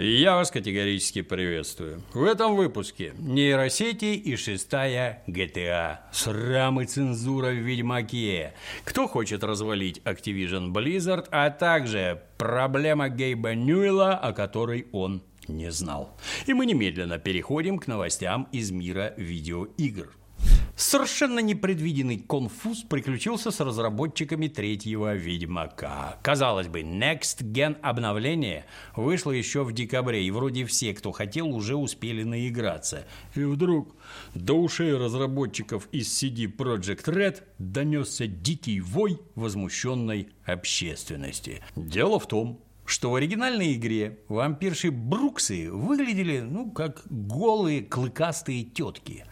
Я вас категорически приветствую. В этом выпуске нейросети и 6-я GTA. Срам и цензура в Ведьмаке. Кто хочет развалить Activision Blizzard, а также проблема Гейба Ньюэлла, о которой он не знал. И мы немедленно переходим к новостям из мира видеоигр. Совершенно непредвиденный конфуз приключился с разработчиками третьего Ведьмака. Казалось бы, Next Gen обновление вышло еще в декабре, и вроде все, кто хотел, уже успели наиграться. И вдруг до ушей разработчиков из CD Projekt Red донесся дикий вой возмущенной общественности. Дело в том, что в оригинальной игре вампирши Бруксы выглядели, как голые клыкастые тетки.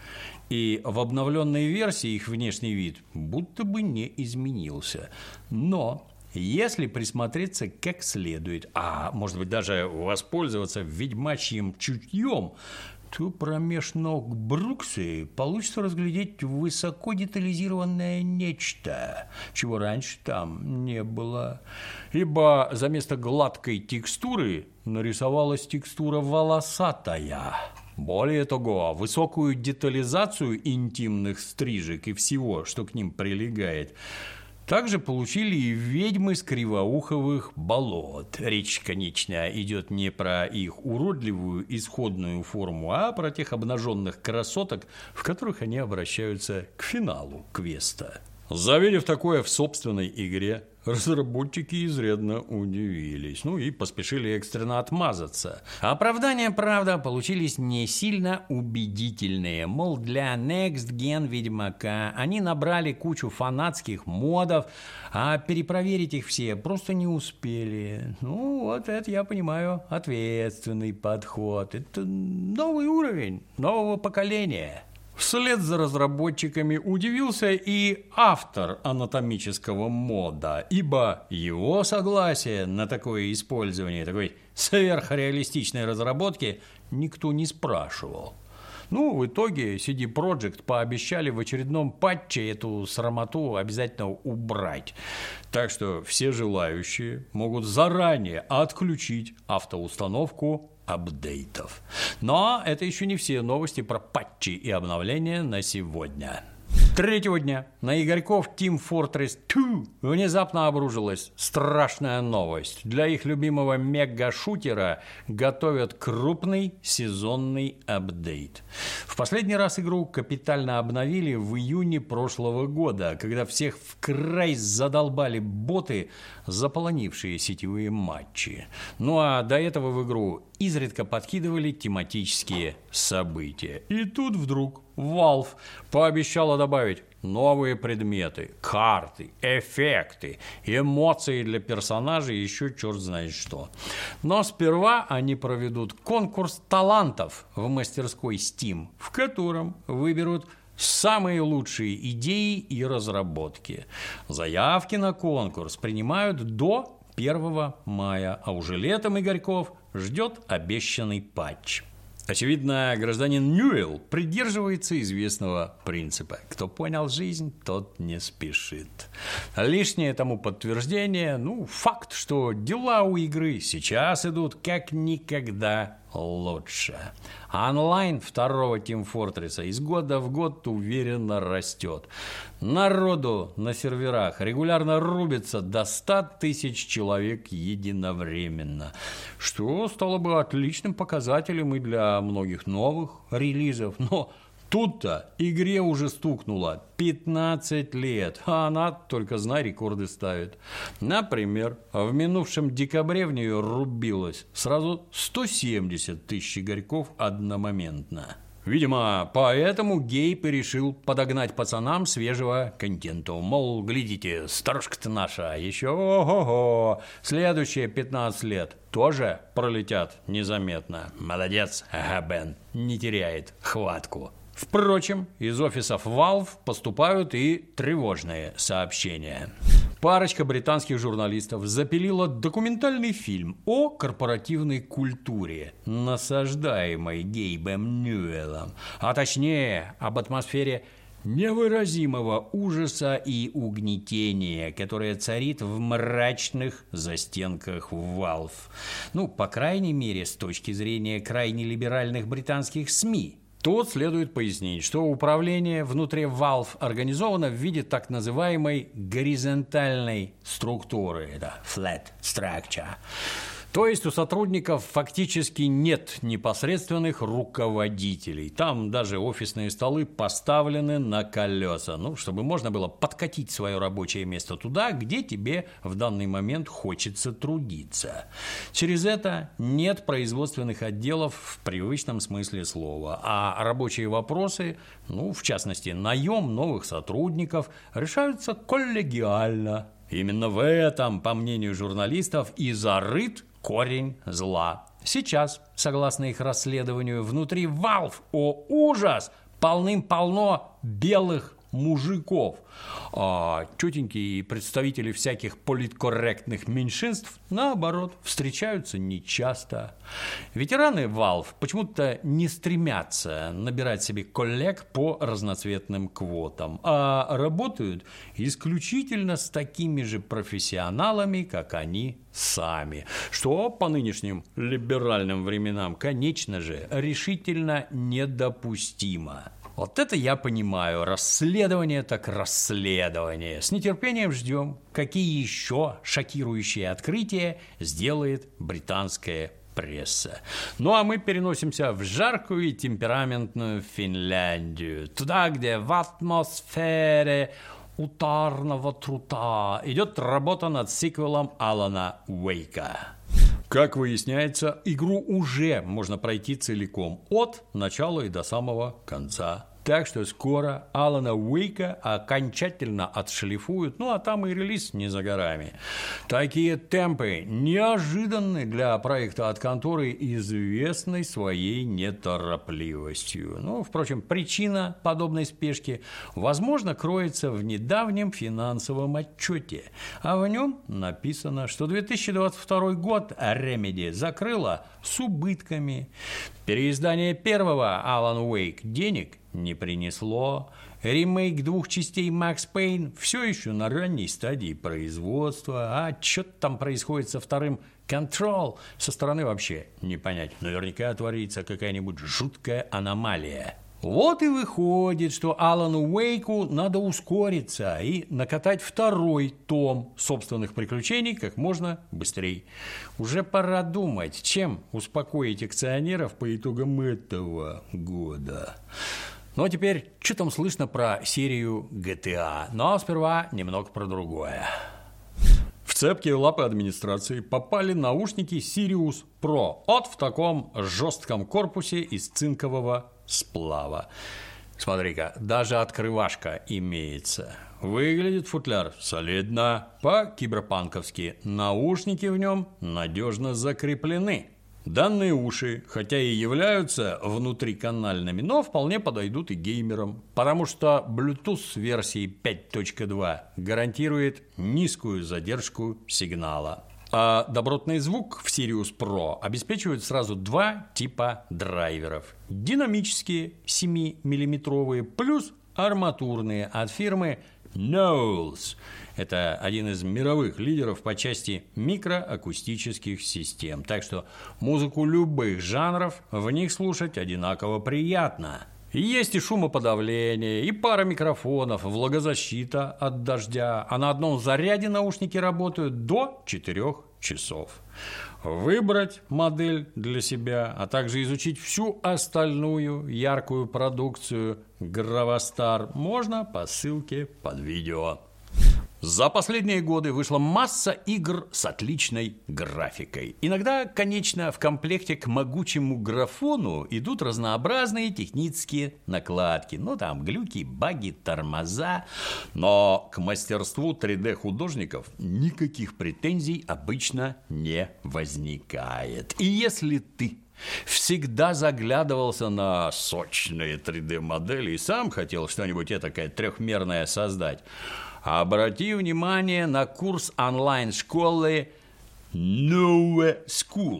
И в обновленной версии их внешний вид будто бы не изменился. Но если присмотреться как следует, а может быть даже воспользоваться ведьмачьим чутьем, то промеж ног Бруксы получится разглядеть высоко детализированное нечто, чего раньше там не было. Ибо за место гладкой текстуры нарисовалась текстура волосатая. Более того, высокую детализацию интимных стрижек и всего, что к ним прилегает, также получили и ведьмы с кривоуховых болот. Речь, конечно, идет не про их уродливую исходную форму, а про тех обнаженных красоток, в которых они обращаются к финалу квеста. Завидев такое в собственной игре, разработчики изрядно удивились, и поспешили экстренно отмазаться. Оправдания, правда, получились не сильно убедительные. Мол, для Next Gen Ведьмака они набрали кучу фанатских модов, а перепроверить их все просто не успели. Вот это, я понимаю, ответственный подход. Это новый уровень нового поколения. Вслед за разработчиками удивился и автор анатомического мода, ибо его согласие на такое использование такой сверхреалистичной разработки никто не спрашивал. В итоге CD Projekt пообещали в очередном патче эту срамоту обязательно убрать. Так что все желающие могут заранее отключить автоустановку апдейтов. Но это еще не все новости про патчи и обновления на сегодня. Третьего дня на игроков Team Fortress 2 внезапно обружилась страшная новость. Для их любимого мега-шутера готовят крупный сезонный апдейт. В последний раз игру капитально обновили в июне прошлого года, когда всех в край задолбали боты, заполонившие сетевые матчи. А до этого в игру изредка подкидывали тематические события. И тут вдруг Valve пообещала добавить новые предметы, карты, эффекты, эмоции для персонажей и еще черт знает что. Но сперва они проведут конкурс талантов в мастерской Steam, в котором выберут самые лучшие идеи и разработки. Заявки на конкурс принимают до 1 мая, а уже летом игроков ждет обещанный патч. Очевидно, гражданин Ньюэлл придерживается известного принципа. Кто понял жизнь, тот не спешит. Лишнее тому подтверждение, факт, что дела у игры сейчас идут как никогда лучше. Онлайн второго Team Fortress из года в год уверенно растет. Народу на серверах регулярно рубится до 100 тысяч человек единовременно, что стало бы отличным показателем и для многих новых релизов. Но тут-то игре уже стукнуло 15 лет, а она, только знай, рекорды ставит. Например, в минувшем декабре в нее рубилось сразу 170 тысяч игроков одномоментно. Видимо, поэтому Гейб и решил подогнать пацанам свежего контента. Мол, глядите, старушка-то наша еще ого-го, следующие 15 лет тоже пролетят незаметно. Молодец, Бен, не теряет хватку. Впрочем, из офисов Valve поступают и тревожные сообщения. Парочка британских журналистов запилила документальный фильм о корпоративной культуре, насаждаемой Гейбом Ньюэллом, а точнее об атмосфере невыразимого ужаса и угнетения, которое царит в мрачных застенках Valve. Ну, по крайней мере, с точки зрения крайне либеральных британских СМИ. Тут следует пояснить, что управление внутри Valve организовано в виде так называемой горизонтальной структуры, это flat structure. То есть у сотрудников фактически нет непосредственных руководителей. Там даже офисные столы поставлены на колеса, чтобы можно было подкатить свое рабочее место туда, где тебе в данный момент хочется трудиться. Через это нет производственных отделов в привычном смысле слова, а рабочие вопросы, в частности, наем новых сотрудников, решаются коллегиально. Именно в этом, по мнению журналистов, и зарыт корень зла. Сейчас, согласно их расследованию, внутри Valve, о ужас, полным-полно белых мужиков. А тетеньки и представители всяких политкорректных меньшинств, наоборот, встречаются нечасто. Ветераны Valve почему-то не стремятся набирать себе коллег по разноцветным квотам, а работают исключительно с такими же профессионалами, как они сами. Что по нынешним либеральным временам, конечно же, решительно недопустимо. Вот это я понимаю. Расследование так расследование. С нетерпением ждем, какие еще шокирующие открытия сделает британская пресса. Ну а мы переносимся в жаркую и темпераментную Финляндию. Туда, где в атмосфере ударного труда идет работа над сиквелом Алана Уэйка. Как выясняется, игру уже можно пройти целиком, от начала и до самого конца. Так что скоро Алана Уэйка окончательно отшлифуют, а там и релиз не за горами. Такие темпы неожиданны для проекта от конторы, известной своей неторопливостью. Впрочем, причина подобной спешки, возможно, кроется в недавнем финансовом отчете. А в нем написано, что 2022 год Remedy закрыла с убытками. Переиздание первого Alan Wake денег не принесло. Ремейк 2 частей Max Payne все еще на ранней стадии производства. А что-то там происходит со вторым Control. Со стороны вообще не понять. Наверняка творится какая-нибудь жуткая аномалия. Вот и выходит, что Алану Уэйку надо ускориться и накатать второй том собственных приключений как можно быстрее. Уже пора думать, чем успокоить акционеров по итогам этого года. Ну а теперь, что там слышно про серию GTA? Но сперва немного про другое. В цепкие лапы администрации попали наушники Sirius Pro в таком жестком корпусе из цинкового сплава. Смотри-ка, даже открывашка имеется. Выглядит футляр солидно, по-киберпанковски. Наушники в нем надежно закреплены. Данные уши, хотя и являются внутриканальными, но вполне подойдут и геймерам, потому что Bluetooth версии 5.2 гарантирует низкую задержку сигнала. А добротный звук в Sirius Pro обеспечивает сразу два типа драйверов. Динамические 7-миллиметровые плюс арматурные от фирмы Knowles. Это один из мировых лидеров по части микроакустических систем. Так что музыку любых жанров в них слушать одинаково приятно. Есть и шумоподавление, и пара микрофонов, влагозащита от дождя, а на одном заряде наушники работают до 4 часов. Выбрать модель для себя, а также изучить всю остальную яркую продукцию Gravastar можно по ссылке под видео. За последние годы вышла масса игр с отличной графикой. Иногда, конечно, в комплекте к могучему графону идут разнообразные технические накладки. Там глюки, баги, тормоза. Но к мастерству 3D-художников никаких претензий обычно не возникает. И если ты всегда заглядывался на сочные 3D-модели и сам хотел что-нибудь этакое трехмерное создать, обрати внимание на курс онлайн-школы Nowe School.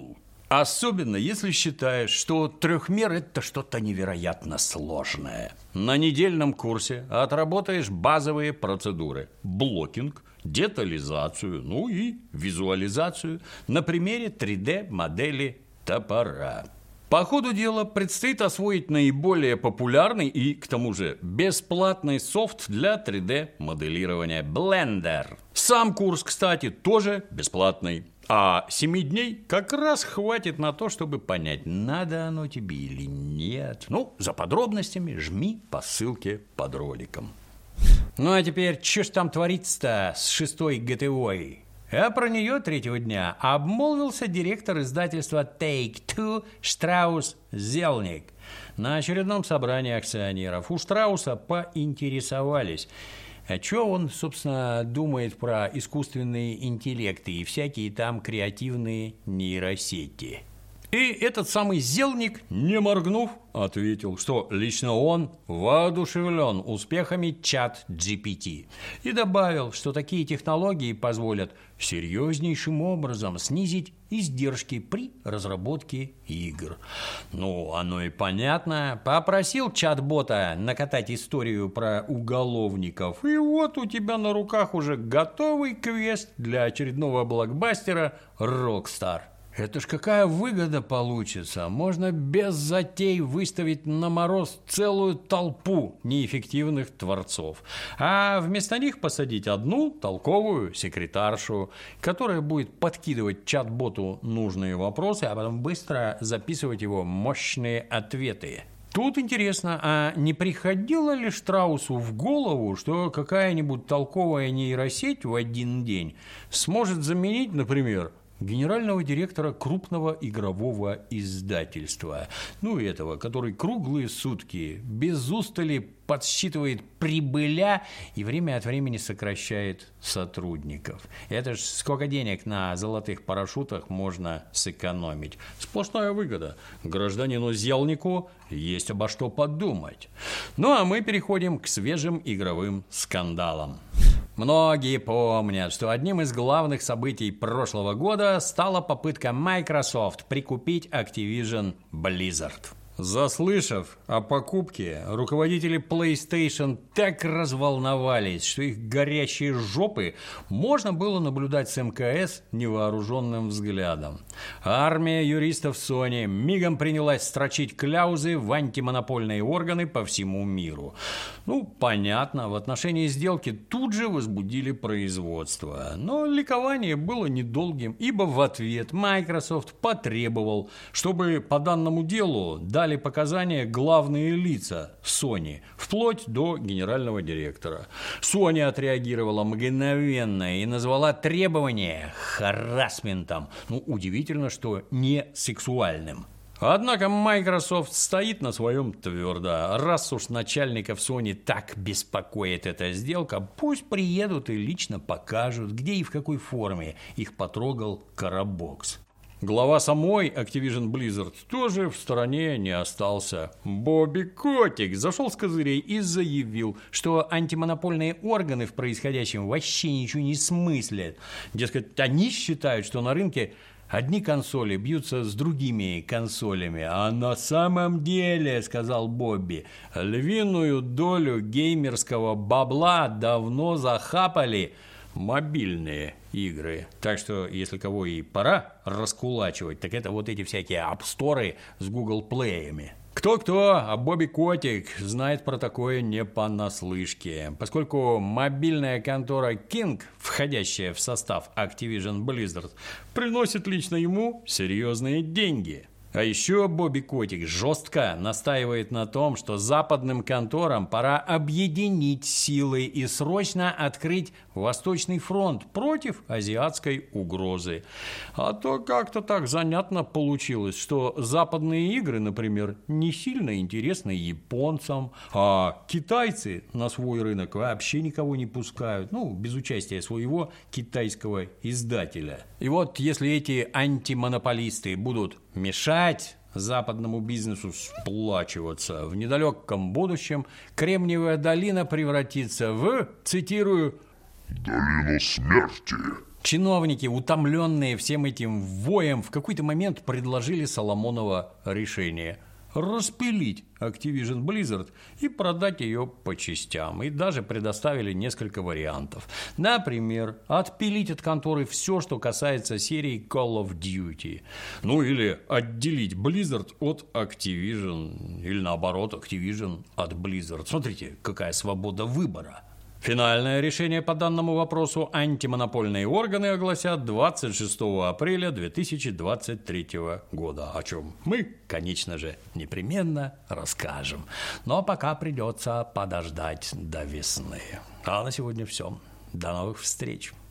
Особенно, если считаешь, что трехмер – это что-то невероятно сложное. На недельном курсе отработаешь базовые процедуры – блокинг, детализацию, ну и визуализацию на примере 3D-модели топора. По ходу дела предстоит освоить наиболее популярный и, к тому же, бесплатный софт для 3D-моделирования Blender. Сам курс, кстати, тоже бесплатный. А 7 дней как раз хватит на то, чтобы понять, надо оно тебе или нет. Ну, за подробностями жми по ссылке под роликом. Ну, а теперь, что ж там творится-то с 6-й ГТО-й? А про нее третьего дня обмолвился директор издательства Take-Two Штраус Зелник. На очередном собрании акционеров у Штрауса поинтересовались, а что он, собственно, думает про искусственные интеллекты и всякие там креативные нейросети. И этот самый Зелник, не моргнув, ответил, что лично он воодушевлен успехами чат-GPT. И добавил, что такие технологии позволят серьезнейшим образом снизить издержки при разработке игр. Ну, оно и понятно. Попросил чат-бота накатать историю про уголовников, и вот у тебя на руках уже готовый квест для очередного блокбастера Rockstar. Это ж какая выгода получится. Можно без затей выставить на мороз целую толпу неэффективных творцов. А вместо них посадить одну толковую секретаршу, которая будет подкидывать чат-боту нужные вопросы, а потом быстро записывать его мощные ответы. Тут интересно, а не приходило ли Штраусу в голову, что какая-нибудь толковая нейросеть в один день сможет заменить, например, генерального директора крупного игрового издательства. Ну, этого, который круглые сутки без устали подсчитывает прибыля и время от времени сокращает сотрудников. Это ж сколько денег на золотых парашютах можно сэкономить. Сплошная выгода. Гражданину Зелнику есть обо что подумать. Ну, а мы переходим к свежим игровым скандалам. Многие помнят, что одним из главных событий прошлого года стала попытка Microsoft прикупить Activision Blizzard. Заслышав о покупке, руководители PlayStation так разволновались, что их горящие жопы можно было наблюдать с МКС невооруженным взглядом. Армия юристов Sony мигом принялась строчить кляузы в антимонопольные органы по всему миру. Ну, понятно, в отношении сделки тут же возбудили производство. Но ликование было недолгим, ибо в ответ Microsoft потребовал, чтобы по данному делу дали показания главные лица Sony, вплоть до генерального директора. Sony отреагировала мгновенно и назвала требования харассментом. Ну, удивительно, что не сексуальным. Однако Microsoft стоит на своем твердо. Раз уж начальников Sony так беспокоит эта сделка, пусть приедут и лично покажут, где и в какой форме их потрогал Карабокс. Глава самой Activision Blizzard тоже в стороне не остался. Бобби Котик зашел с козырей и заявил, что антимонопольные органы в происходящем вообще ничего не смыслят. Дескать, они считают, что на рынке одни консоли бьются с другими консолями, а на самом деле, сказал Бобби, львиную долю геймерского бабла давно захапали мобильные игры. Так что, если кого и пора раскулачивать, так это вот эти всякие апсторы с Google Play'ями. Кто-кто, а Бобби Котик знает про такое не понаслышке, поскольку мобильная контора King, входящая в состав Activision Blizzard, приносит лично ему серьезные деньги. А еще Бобби Котик жестко настаивает на том, что западным конторам пора объединить силы и срочно открыть Восточный фронт против азиатской угрозы. А то как-то так занятно получилось, что западные игры, например, не сильно интересны японцам, а китайцы на свой рынок вообще никого не пускают, ну, без участия своего китайского издателя. И вот если эти антимонополисты будут мешать западному бизнесу сплачиваться, в недалеком будущем Кремниевая долина превратится в, цитирую, «долину смерти». Чиновники, утомленные всем этим воем, в какой-то момент предложили Соломоново решение – распилить Activision Blizzard и продать ее по частям. И даже предоставили несколько вариантов. Например, отпилить от конторы все, что касается серии Call of Duty. Ну или отделить Blizzard от Activision. Или наоборот, Activision от Blizzard. Смотрите, какая свобода выбора. Финальное решение по данному вопросу антимонопольные органы огласят 26 апреля 2023 года, о чем мы, конечно же, непременно расскажем. Но пока придется подождать до весны. А на сегодня все. До новых встреч.